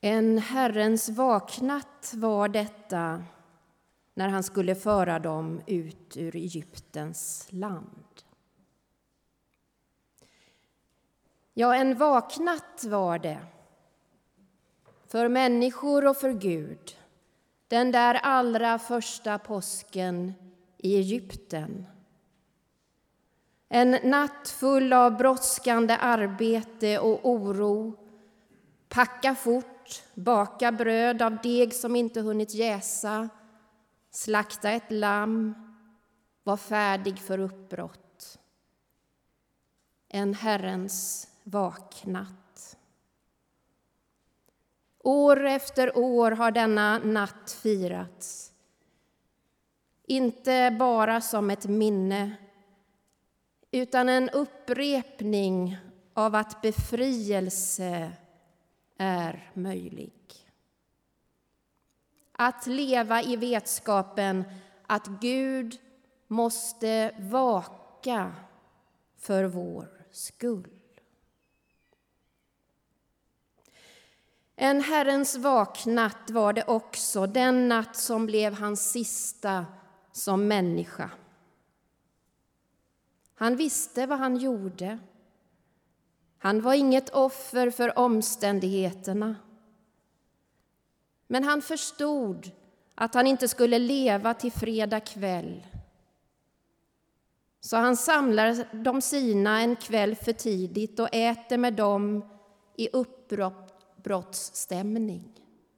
En Herrens vaknatt var detta när han skulle föra dem ut ur Egyptens land. Ja, en vaknatt var det för människor och för Gud, den där allra första påsken i Egypten. En natt full av brådskande arbete och oro. Packa fort, baka bröd av deg som inte hunnit jäsa, slakta ett lamm, var färdig för uppbrott. En Herrens vaknatt. År efter år har denna natt firats. Inte bara som ett minne, utan en upprepning av att befrielse är möjlig. Att leva i vetskapen att Gud måste vaka för vår skull. En Herrens vaknatt var det också, den natt som blev hans sista som människa. Han visste vad han gjorde. Han var inget offer för omständigheterna. Men han förstod att han inte skulle leva till fredag kväll. Så han samlar de sina en kväll för tidigt och äter med dem i uppbrottsstämning.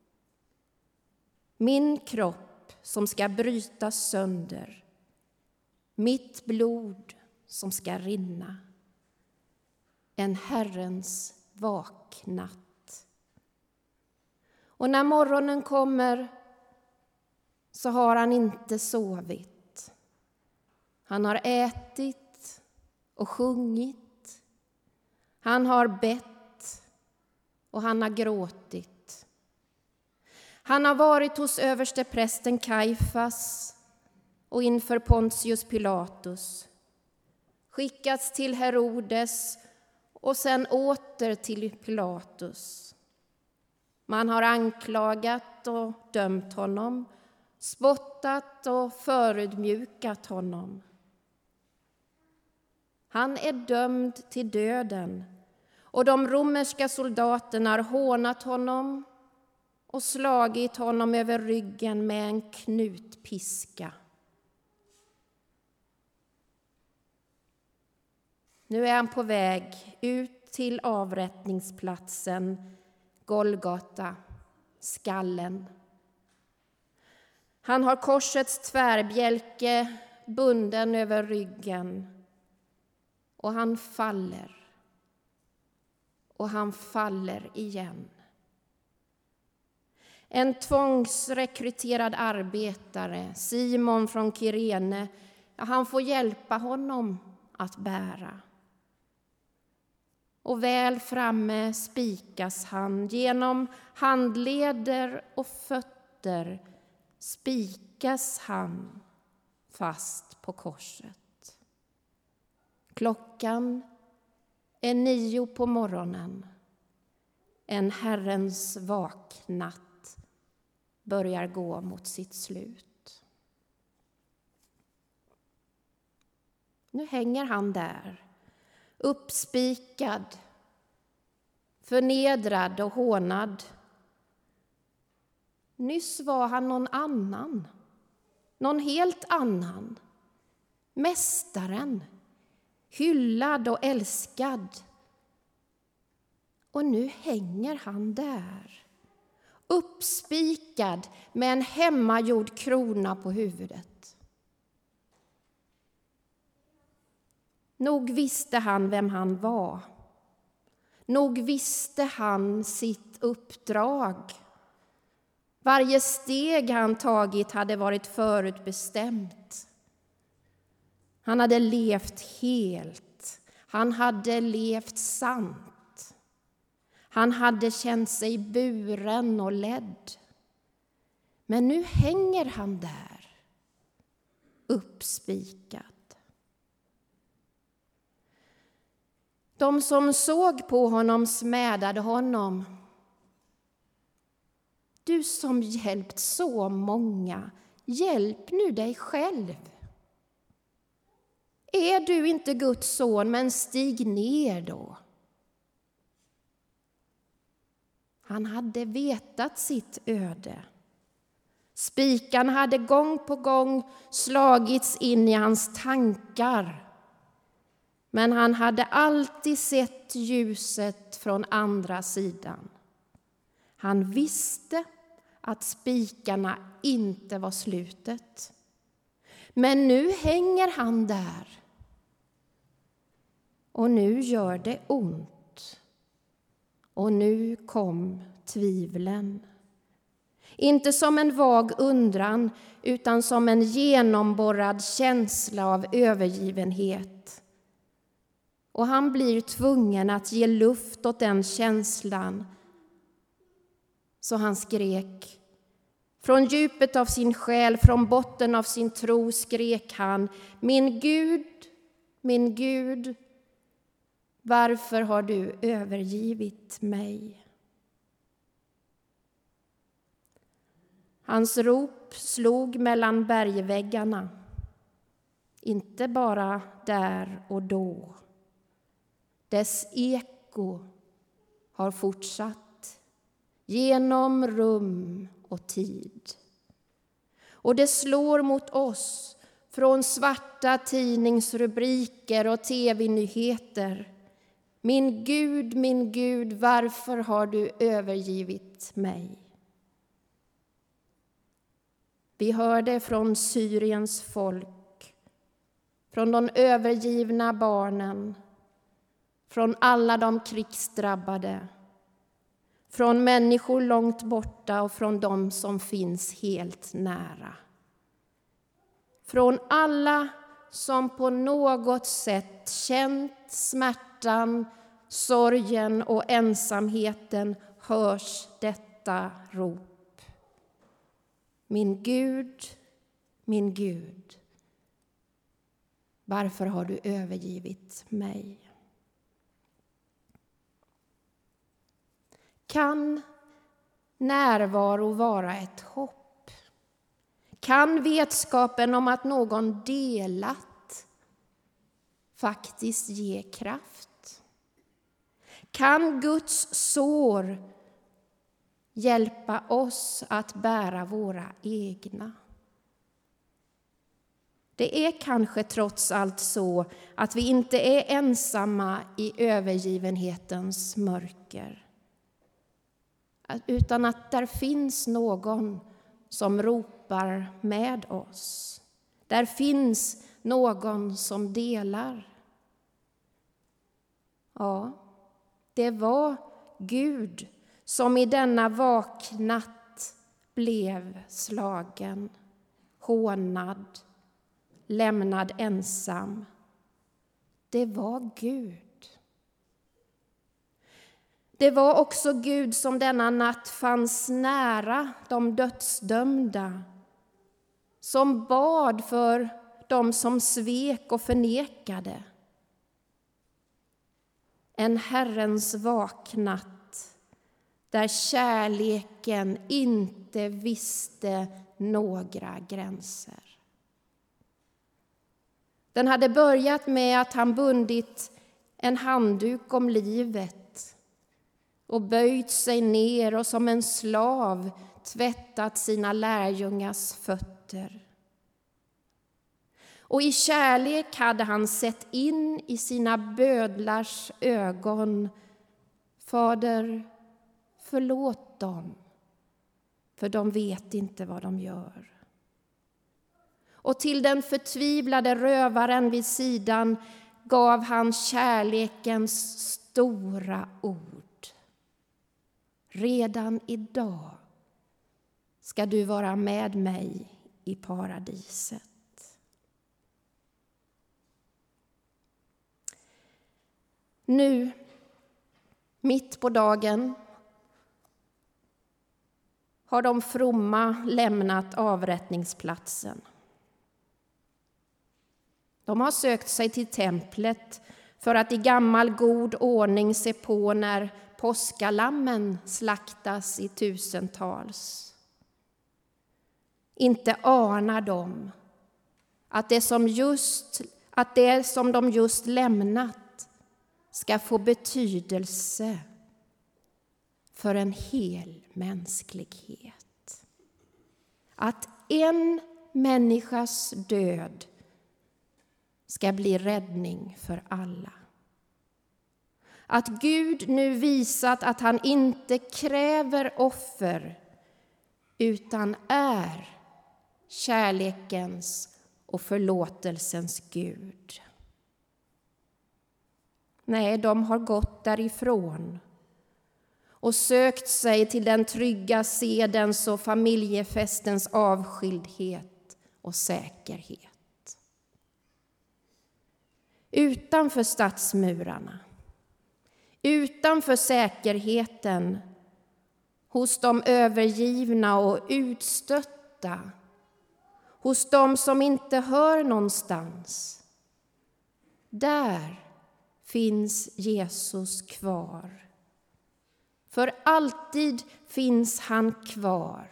Min kropp som ska brytas sönder, mitt blod som ska rinna. En Herrens vaknatt. Och när morgonen kommer så har han inte sovit. Han har ätit och sjungit. Han har bett och han har gråtit. Han har varit hos översteprästen Kajfas och inför Pontius Pilatus. Skickats till Herodes och sen åter till Pilatus. Man har anklagat och dömt honom, spottat och förödmjukat honom. Han är dömd till döden och de romerska soldaterna har hånat honom och slagit honom över ryggen med en knutpiska. Nu är han på väg ut till avrättningsplatsen Golgata, skallen. Han har korsets tvärbjälke bunden över ryggen och han faller. Och han faller igen. En tvångsrekryterad arbetare, Simon från Kyrene, han får hjälpa honom att bära. Och väl framme spikas han, genom handleder och fötter spikas han fast på korset. Klockan är 9 på morgonen. En Herrens vaknatt börjar gå mot sitt slut. Nu hänger han där, uppspikad, förnedrad och hånad. Nyss var han någon annan, någon helt annan. Mästaren, hyllad och älskad. Och nu hänger han där, uppspikad med en hemmagjord krona på huvudet. Nog visste han vem han var. Nog visste han sitt uppdrag. Varje steg han tagit hade varit förutbestämt. Han hade levt helt. Han hade levt sant. Han hade känt sig buren och ledd. Men nu hänger han där, uppspikad. De som såg på honom smädade honom. du som hjälpt så många, hjälp nu dig själv. Är du inte Guds son, men stig ner då. Han hade vetat sitt öde. Spikarna hade gång på gång slagits in i hans tankar. Men han hade alltid sett ljuset från andra sidan. Han visste att spikarna inte var slutet. Men nu hänger han där. Och nu gör det ont. Och nu kom tvivlen. Inte som en vag undran, utan som en genomborrad känsla av övergivenhet. Och han blir tvungen att ge luft åt den känslan. Så han skrek. Från djupet av sin själ, från botten av sin tro skrek han: min Gud, varför har du övergivit mig? Hans rop slog mellan bergväggarna, inte bara där och då. Dess eko har fortsatt genom rum och tid. Och det slår mot oss från svarta tidningsrubriker och tv-nyheter. Min Gud, varför har du övergivit mig? Vi hör det från Syriens folk, från de övergivna barnen, från alla de krigsdrabbade, från människor långt borta och från de som finns helt nära. Från alla som på något sätt känt smärtan, sorgen och ensamheten hörs detta rop. Min Gud, varför har du övergivit mig? Kan närvaro vara ett hopp? Kan vetskapen om att någon delat faktiskt ge kraft? Kan Guds sår hjälpa oss att bära våra egna? Det är kanske trots allt så att vi inte är ensamma i övergivenhetens mörker, utan att där finns någon som ropar med oss. Där finns någon som delar. Ja, det var Gud som i denna vaknatt blev slagen, hånad, lämnad ensam. Det var Gud. Det var också Gud som denna natt fanns nära de dödsdömda, som bad för dem som svek och förnekade. En Herrens vaknatt där kärleken inte visste några gränser. Den hade börjat med att han bundit en handduk om livet och böjt sig ner och som en slav tvättat sina lärjungars fötter. Och i kärlek hade han sett in i sina bödlars ögon: Fader, förlåt dem, för de vet inte vad de gör. Och till den förtvivlade rövaren vid sidan gav han kärlekens stora ord. Redan idag ska du vara med mig i paradiset. Nu, mitt på dagen, har de fromma lämnat avrättningsplatsen. De har sökt sig till templet för att i gammal god ordning se på när påskalammen slaktas i tusentals. inte anar de att det som de just lämnat ska få betydelse för en hel mänsklighet. Att en människas död ska bli räddning för alla. Att Gud nu visat att han inte kräver offer utan är kärlekens och förlåtelsens Gud. Nej, de har gått därifrån och sökt sig till den trygga sedens och familjefestens avskildhet och säkerhet. Utanför stadsmurarna, utanför säkerheten, hos de övergivna och utstötta, hos de som inte hör någonstans. Där finns Jesus kvar. För alltid finns han kvar.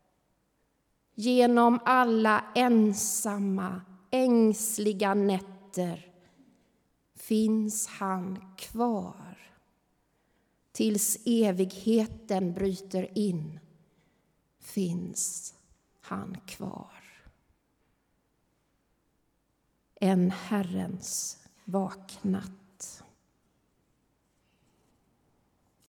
Genom alla ensamma, ängsliga nätter finns han kvar. Tills evigheten bryter in finns han kvar. En Herrens vaknat.